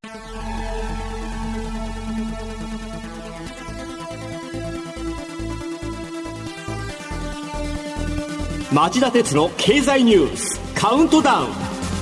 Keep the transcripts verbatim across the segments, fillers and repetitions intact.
町田鉄の経済ニュースカウントダウン。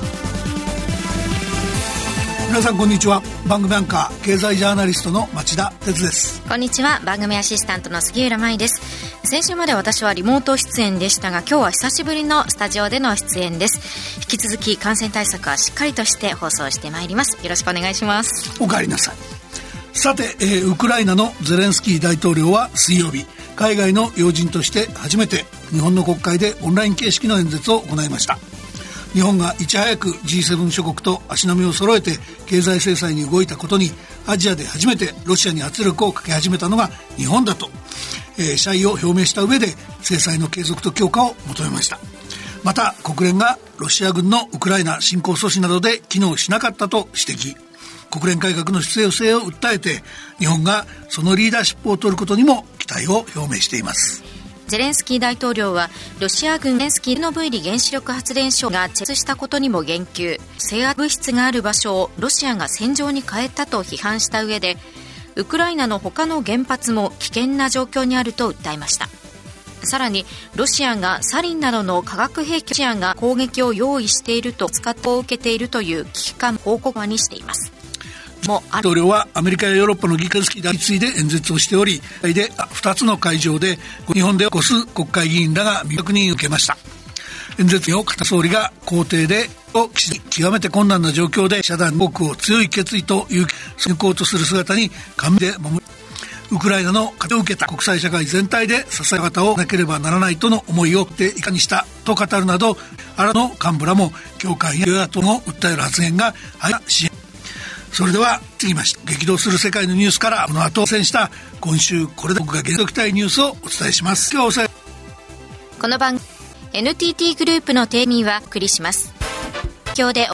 皆さんこんにちは。番組アンカー経済ジャーナリストの町田鉄です。 こんにちは。番組アシスタントの杉浦舞です。先週まで私はリモート出演でしたが、今日は久しぶりのスタジオでの出演です。引き続き感染対策はしっかりとして放送してまいります。よろしくお願いします。 お帰りなさい。さて、えー、ウクライナのゼレンスキー大統領は水曜日、海外の要人として初めて日本の国会でオンライン形式の演説を行いました。日本がいち早く ジーセブン 諸国と足並みを揃えて経済制裁に動いたことに、アジアで初めてロシアに圧力をかけ始めたのが日本だと、えー、謝意を表明した上で制裁の継続と強化を求めました。また国連がロシア軍のウクライナ侵攻阻止などで機能しなかったと指摘。国連改革の必要性を訴えて、日本がそのリーダーシップを取ることにも期待を表明しています。 ゼレンスキー大統領はロシア軍ゼレンスキーチェルノブイリ原子力発電所がチェスしたことにも言及。制圧物質がある場所をロシアが戦場に変えたと批判した上で、ウクライナの他の原発も危険な状況にあると訴えました。さらにロシアがサリンなどの化学兵器、ロシアが攻撃を用意していると使ってを受けているという危機感を報告にしています。 大統領はアメリカやヨーロッパの議会で相次いで演説をしており、でふたつの会場で日本で起こす国会議員らがにひゃくにん受けました。演説を片総理が公邸でを極めて困難な状況で遮断の多くを強い決意という進行とする姿に感銘で守り、ウクライナの糧を受けた国際社会全体で支え方をなければならないとの思いをいかにしたと語るなど、新たな幹部らも共感や与野党を訴える発言が相次ぎ支援。それでは次まして激動する世界のニュースから、この後選した今週これで僕が現在きたいニュースをお伝えします。今日おさえこの番組 エヌティーティー グループの提供はお送りします。今日で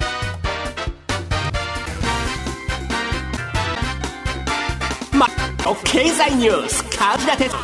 ま経済ニュースカウントダウン。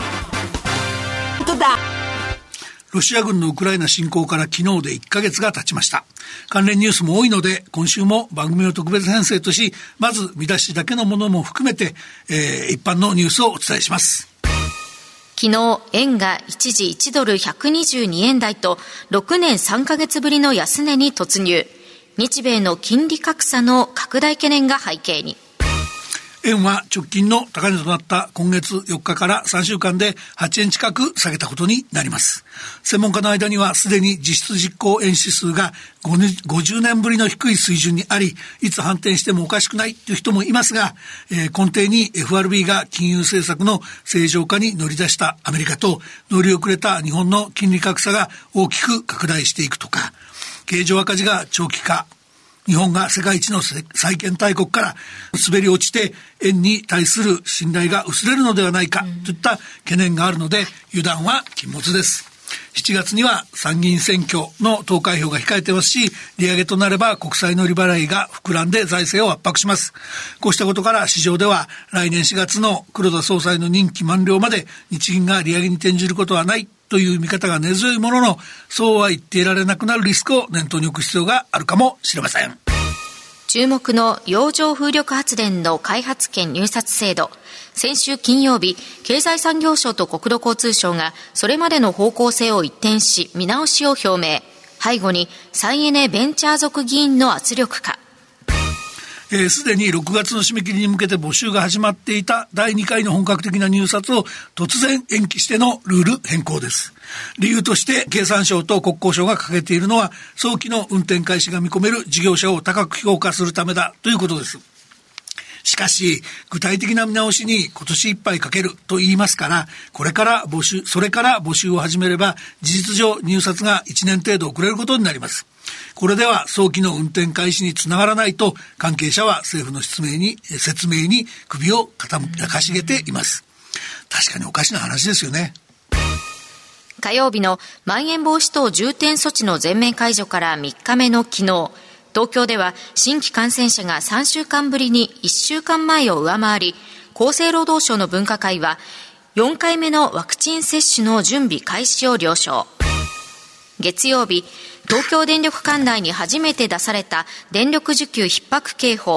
ロシア軍のウクライナ侵攻から昨日でいっかげつが経ちました。関連ニュースも多いので、今週も番組を特別編成とし、まず見出しだけのものも含めて、えー、一般のニュースをお伝えします。 昨日円が一時いちドルひゃくにじゅうにえん台とろくねんさんかげつぶりの安値に突入。日米の金利格差の拡大懸念が背景に。 円は直近の高値となった今月よっかからさんしゅうかんではちえん近く下げたことになります。専門家の間にはすでに実質実行円指数がごじゅうねんぶりの低い水準にあり、いつ反転してもおかしくないという人もいますが、えー、根底に エフアールビー が金融政策の正常化に乗り出したアメリカと乗り遅れた日本の金利格差が大きく拡大していくとか、経常赤字が長期化、日本が世界一の債券大国から滑り落ちて円に対する信頼が薄れるのではないかといった懸念があるので、油断は禁物です。しちがつには参議院選挙の投開票が控えてますし、利上げとなれば国債の利払いが膨らんで財政を圧迫します。こうしたことから市場では来年しがつの黒田総裁の任期満了まで日銀が利上げに転じることはないという見方が根強いものの、そうは言っていられなくなるリスクを念頭に置く必要があるかもしれません。 注目の洋上風力発電の開発権入札制度。先週金曜日、経済産業省と国土交通省がそれまでの方向性を一転し見直しを表明。背後に再エネベンチャー族議員の圧力か。 す、えー、でにろくがつの締め切りに向けて募集が始まっていただいにかいの本格的な入札を突然延期してのルール変更です。理由として経産省と国交省が掲げているのは、早期の運転開始が見込める事業者を高く評価するためだということです。しかし具体的な見直しに今年いっぱいかけると言いますから、これから募集それから募集を始めれば事実上入札がいちねん程度遅れることになります。これでは早期の運転開始につながらないと、関係者は政府の説明に説明に首をかしげています。確かにおかしな話ですよね。 火曜日のまん延防止等重点措置の全面解除からみっかめの昨日、東京では新規感染者がさんしゅうかんぶりにいっしゅうかんまえを上回り、厚生労働省の分科会はよんかいめのワクチン接種の準備開始を了承。月曜日、東京電力管内に初めて出された電力需給逼迫警報。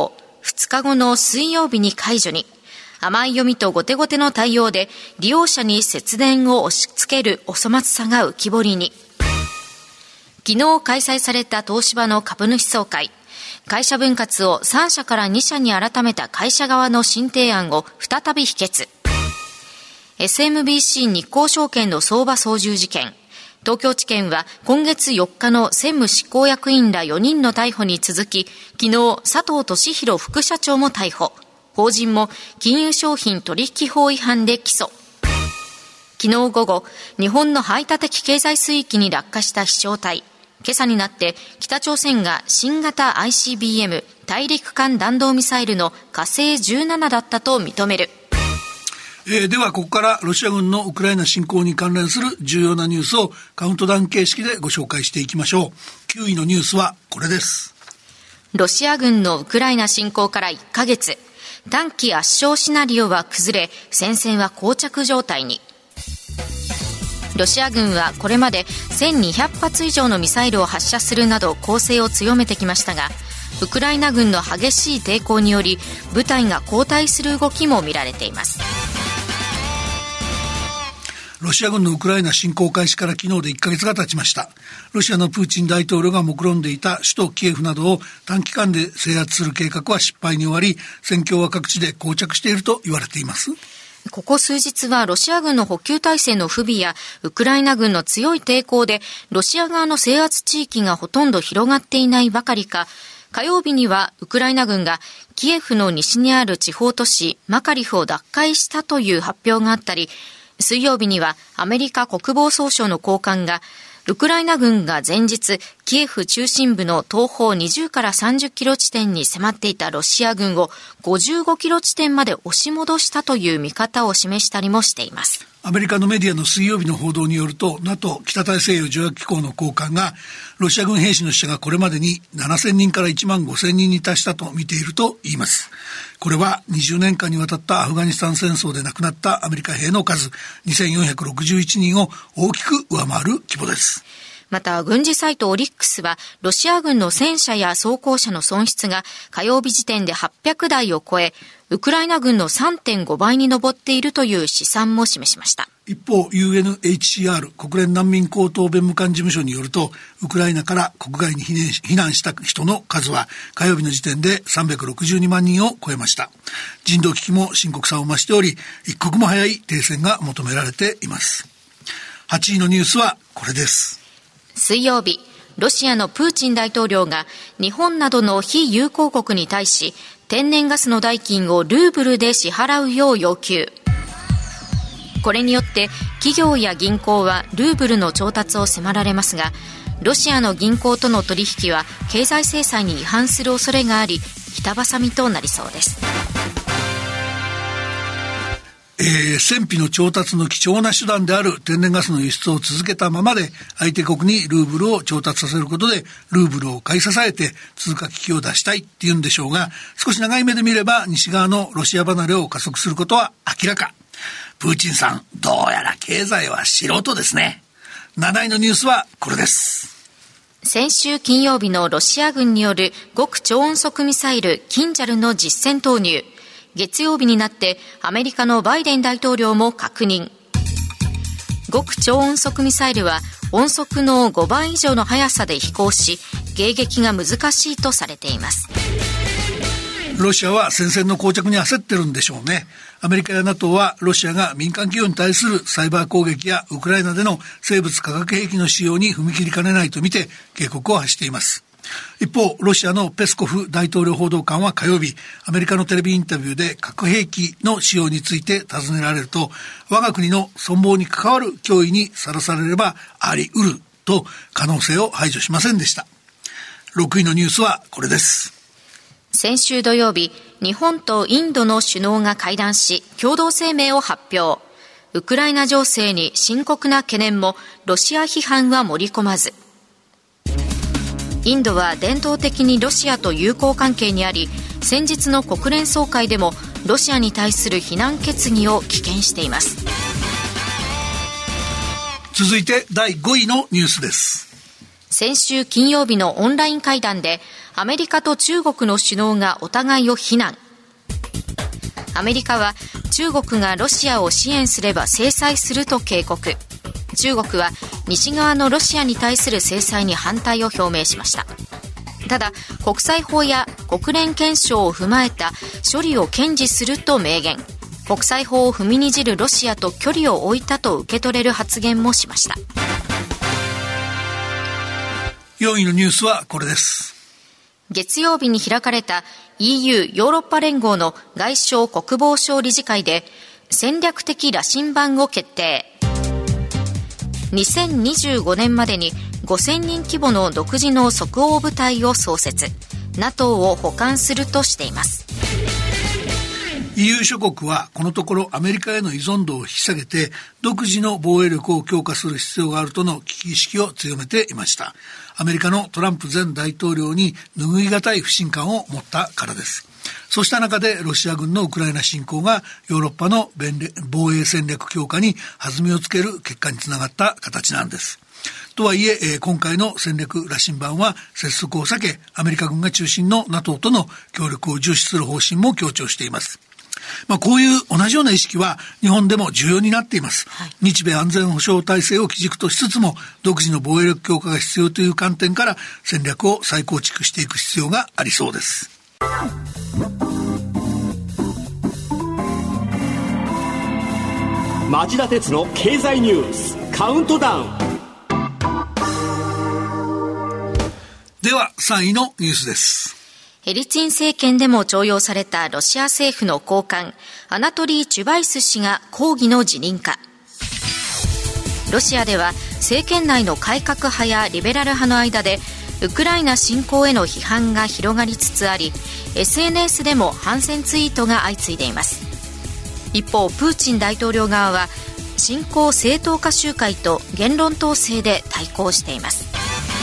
ふつかごの水曜日に解除に。甘い読みと後手後手の対応で利用者に節電を押し付けるお粗末さが浮き彫りに。昨日開催された東芝の株主総会。会社分割をさん社からに社に改めた会社側の新提案を再び否決。エスエムビーシー 日興証券の相場操縦事件。東京地検は今月よっかの専務執行役員らよにんの逮捕に続き、昨日佐藤俊弘副社長も逮捕。法人も金融商品取引法違反で起訴。昨日午後、日本の排他的経済水域に落下した飛翔体。今朝になって北朝鮮が新型 アイシービーエム 大陸間弾道ミサイルの火星じゅうななだったと認める。 えー、ではここからロシア軍のウクライナ侵攻に関連する重要なニュースをカウントダウン形式でご紹介していきましょう。きゅういのニュースはこれです。 ロシア軍のウクライナ侵攻からいっかげつ。短期圧勝シナリオは崩れ、戦線は膠着状態に。ロシア軍はこれまでせんにひゃくはつ以上のミサイルを発射するなど攻勢を強めてきましたが、ウクライナ軍の激しい抵抗により部隊が後退する動きも見られています。 ロシア軍のウクライナ侵攻開始から昨日でいっかげつが経ちました。ロシアのプーチン大統領が目論んでいた首都キエフなどを短期間で制圧する計画は失敗に終わり、戦況は各地で膠着していると言われています。 ここ数日はロシア軍の補給体制の不備やウクライナ軍の強い抵抗でロシア側の制圧地域がほとんど広がっていないばかりか、火曜日にはウクライナ軍がキエフの西にある地方都市マカリフを奪回したという発表があったり、水曜日にはアメリカ国防総省の高官がウクライナ軍が前日キエフ中心部の東方にじゅうからさんじゅっキロ地点に迫っていたロシア軍をごじゅうごキロ地点まで押し戻したという見方を示したりもしています。 アメリカのメディアの水曜日の報道によると ナトー 北大西洋条約機構の高官がロシア軍兵士の死者がこれまでにななせんにんからいちまんごせんにんに達したと見ていると言います。これはにじゅうねんかんにわたったアフガニスタン戦争で亡くなったアメリカ兵の数にせんよんひゃくろくじゅういちにんを大きく上回る規模です。 また軍事サイトオリックスはロシア軍の戦車や装甲車の損失が火曜日時点ではっぴゃくだいを超え、ウクライナ軍の さんてんごばいに上っているという試算も示しました。 一方 ユーエヌエイチシーアール 国連難民高等弁務官事務所によると、ウクライナから国外に避難し、避難した人の数は火曜日の時点でさんびゃくろくじゅうにまんにんを超えました。人道危機も深刻さを増しており、一刻も早い停戦が求められています。はちいのニュースはこれです。 水曜日、ロシアのプーチン大統領が日本などの非友好国に対し天然ガスの代金をルーブルで支払うよう要求。これによって企業や銀行はルーブルの調達を迫られますが、ロシアの銀行との取引は経済制裁に違反する恐れがあり、板挟みとなりそうです。 えー、戦費の調達の貴重な手段である天然ガスの輸出を続けたままで相手国にルーブルを調達させることでルーブルを買い支えて通貨危機を脱したいっていうんでしょうが、少し長い目で見れば西側のロシア離れを加速することは明らか。プーチンさん、どうやら経済は素人ですね。なないのニュースはこれです。 先週金曜日のロシア軍による極超音速ミサイルキンジャルの実戦投入。月曜日になってアメリカのバイデン大統領も確認。極超音速ミサイルは音速のごばい以上の速さで飛行し、迎撃が難しいとされています。 ロシアは戦線の膠着に焦ってるんでしょうね。アメリカや ナトー はロシアが民間企業に対するサイバー攻撃やウクライナでの生物化学兵器の使用に踏み切りかねないとみて警告を発しています。一方、ロシアのペスコフ大統領報道官は火曜日、アメリカのテレビインタビューで核兵器の使用について尋ねられると、我が国の存亡に関わる脅威にさらされればあり得ると可能性を排除しませんでした。ろくいのニュースはこれです。 先週土曜日、日本とインドの首脳が会談し、共同声明を発表。ウクライナ情勢に深刻な懸念も、ロシア批判は盛り込まず。インドは伝統的にロシアと友好関係にあり、先日の国連総会でもロシアに対する非難決議を棄権しています。 続いてだいごいのニュースです。 先週金曜日のオンライン会談でアメリカと中国の首脳がお互いを非難。アメリカは中国がロシアを支援すれば制裁すると警告。中国は西側のロシアに対する制裁に反対を表明しました。ただ国際法や国連憲章を踏まえた処理を堅持すると明言。国際法を踏みにじるロシアと距離を置いたと受け取れる発言もしました。 よんいのニュースはこれです。 月曜日に開かれた イーユー ヨーロッパ連合の外相国防相理事会で戦略的羅針盤を決定。にせんにじゅうごねんまでにごせんにん規模の独自の即応部隊を創設、 ナトー を補完するとしています。 イーユー 諸国はこのところアメリカへの依存度を引き下げて独自の防衛力を強化する必要があるとの危機意識を強めていました。アメリカのトランプ前大統領に拭いがたい不信感を持ったからです。そうした中でロシア軍のウクライナ侵攻がヨーロッパの防衛戦略強化に弾みをつける結果につながった形なんです。とはいえ、今回の戦略羅針盤は拙速を避けアメリカ軍が中心の ナトー との協力を重視する方針も強調しています。まあ、こういう同じような意識は日本でも重要になっています、はい、日米安全保障体制を基軸としつつも独自の防衛力強化が必要という観点から戦略を再構築していく必要がありそうです。 町田鉄の経済ニュースカウントダウン。 ではさんいのニュースです。 エリツィン政権でも重用されたロシア政府の高官アナトリー・チュバイス氏が抗議の辞任か。ロシアでは政権内の改革派やリベラル派の間でウクライナ侵攻への批判が広がりつつあり、 エスエヌエス でも反戦ツイートが相次いでいます。一方プーチン大統領側は侵攻正当化集会と言論統制で対抗しています。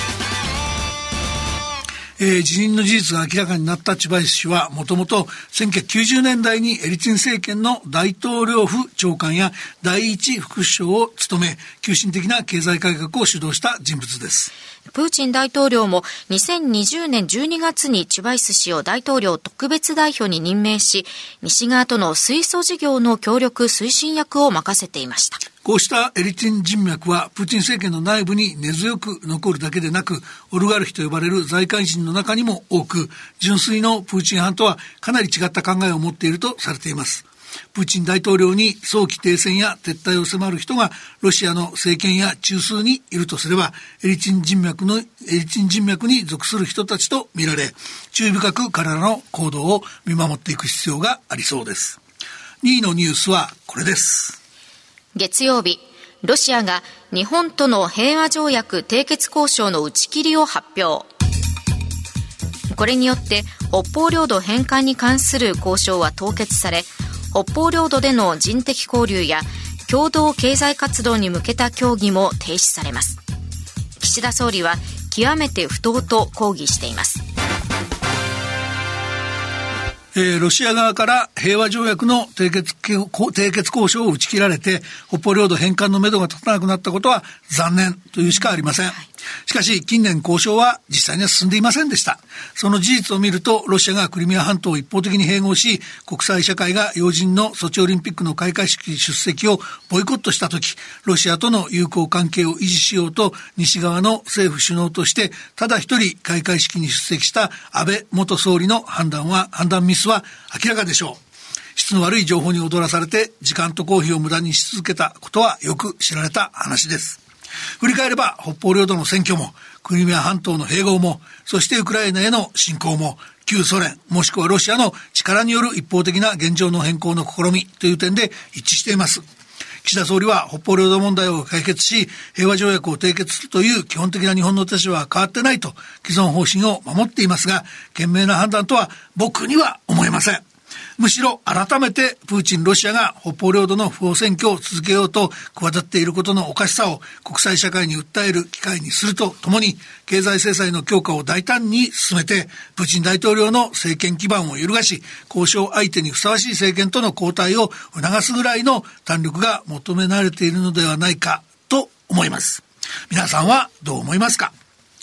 えー、辞任の事実が明らかになったチュバイス氏はもともとせんきゅうひゃくきゅうじゅうねんだいにエリツィン政権の大統領府長官や第一副首相を務め急進的な経済改革を主導した人物です。 プーチン大統領もにせんにじゅうねんじゅうにがつにチュバイス氏を大統領特別代表に任命し、西側との水素事業の協力推進役を任せていました。 こうしたエリツィン人脈はプーチン政権の内部に根強く残るだけでなく、オルガルヒと呼ばれる財界人の中にも多く、純粋のプーチン派とはかなり違った考えを持っているとされています。プーチン大統領に早期停戦や撤退を迫る人がロシアの政権や中枢にいるとすれば、エリツィン人脈のエリツィン人脈に属する人たちと見られ、注意深く彼らの行動を見守っていく必要がありそうです。にいのニュースはこれです。 月曜日、ロシアが日本との平和条約締結交渉の打ち切りを発表。これによって北方領土返還に関する交渉は凍結され、北方領土での人的交流や共同経済活動に向けた協議も停止されます。岸田総理は極めて不当と抗議しています。 えー、ロシア側から平和条約の締結、締結交渉を打ち切られて北方領土返還のめどが立たなくなったことは残念というしかありません。はい、しかし近年交渉は実際には進んでいませんでした。その事実を見ると、ロシアがクリミア半島を一方的に併合し、国際社会が要人のソチオリンピックの開会式出席をボイコットしたとき、ロシアとの友好関係を維持しようと西側の政府首脳としてただ一人開会式に出席した安倍元総理の判断は判断ミスは明らかでしょう。質の悪い情報に踊らされて時間と公費を無駄にし続けたことはよく知られた話です。振り返れば北方領土の占拠もクリミア半島の併合も、そしてウクライナへの侵攻も旧ソ連もしくはロシアの力による一方的な現状の変更の試みという点で一致しています。岸田総理は北方領土問題を解決し平和条約を締結するという基本的な日本の立場は変わってないと既存方針を守っていますが、賢明な判断とは僕には思えません。むしろ改めてプーチンロシアが北方領土の不法占拠を続けようと企ていることのおかしさを国際社会に訴える機会にするとともに、経済制裁の強化を大胆に進めてプーチン大統領の政権基盤を揺るがし、交渉相手にふさわしい政権との交代を促すぐらいの胆力が求められているのではないかと思います。皆さんはどう思いますか。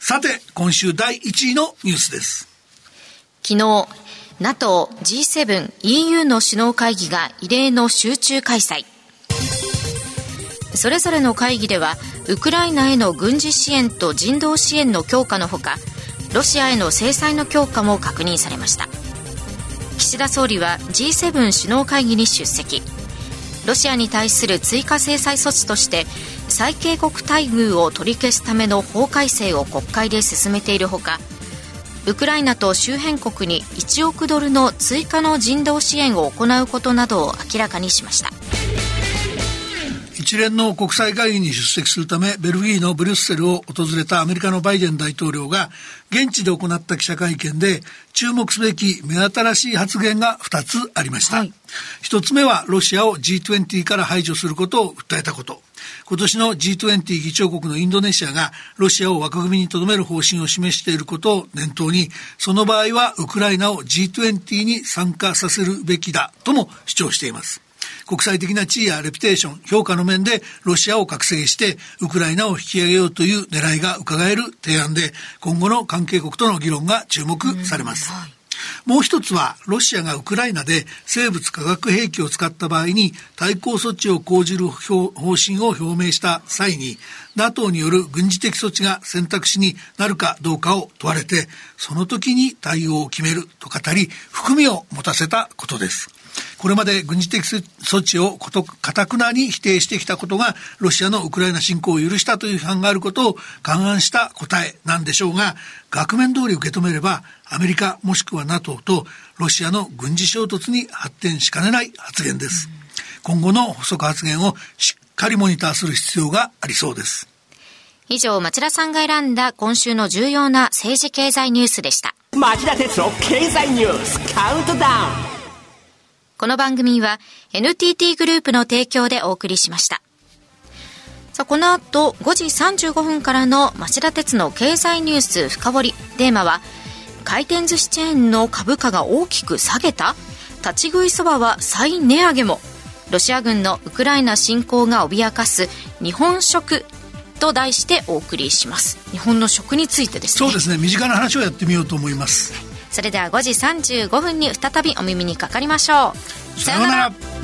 さて今週だいいちいのニュースです。 昨日 ナトー、ジーセブン、イーユー の首脳会議が異例の集中開催。それぞれの会議ではウクライナへの軍事支援と人道支援の強化のほか、ロシアへの制裁の強化も確認されました。岸田総理は ジーセブン 首脳会議に出席。ロシアに対する追加制裁措置として最恵国待遇を取り消すための法改正を国会で進めているほか、ウクライナと周辺国にいちおくドルの追加の人道支援を行うことなどを明らかにしました。 一連の国際会議に出席するためベルギーのブリュッセルを訪れたアメリカのバイデン大統領が現地で行った記者会見で注目すべき目新しい発言がふたつありました。はい、ひとつめはロシアを ジーにじゅう から排除することを訴えたこと。今年の ジーにじゅう 議長国のインドネシアがロシアを枠組みに留める方針を示していることを念頭に、その場合はウクライナを ジーにじゅう に参加させるべきだとも主張しています。国際的な地位やレピュテーション、評価の面でロシアを覚醒してウクライナを引き上げようという狙いが伺える提案で、今後の関係国との議論が注目されます。はい、もう一つはロシアがウクライナで生物化学兵器を使った場合に対抗措置を講じる方針を表明した際に ナトー による軍事的措置が選択肢になるかどうかを問われて、その時に対応を決めると語り含みを持たせたことです。これまで軍事的措置を堅くなに否定してきたことがロシアのウクライナ侵攻を許したという批判があることを勘案した答えなんでしょうが、額面通り受け止めればアメリカもしくは ナトー とロシアの軍事衝突に発展しかねない発言です。今後の補足発言をしっかりモニターする必要がありそうです。 以上、町田さんが選んだ今週の重要な政治経済ニュースでした。 町田鉄の経済ニュースカウントダウン。 この番組は エヌティーティー グループの提供でお送りしました。さあ、この後ごじさんじゅうごふんからの町田鉄の経済ニュース深掘り。テーマは回転寿司チェーンの株価が大きく下げた、立ち食いそばは再値上げも、ロシア軍のウクライナ侵攻が脅かす日本食と題してお送りします。日本の食についてですね。 そうですね、身近な話をやってみようと思います。 それではごじさんじゅうごふんに再びお耳にかかりましょう。 さようなら。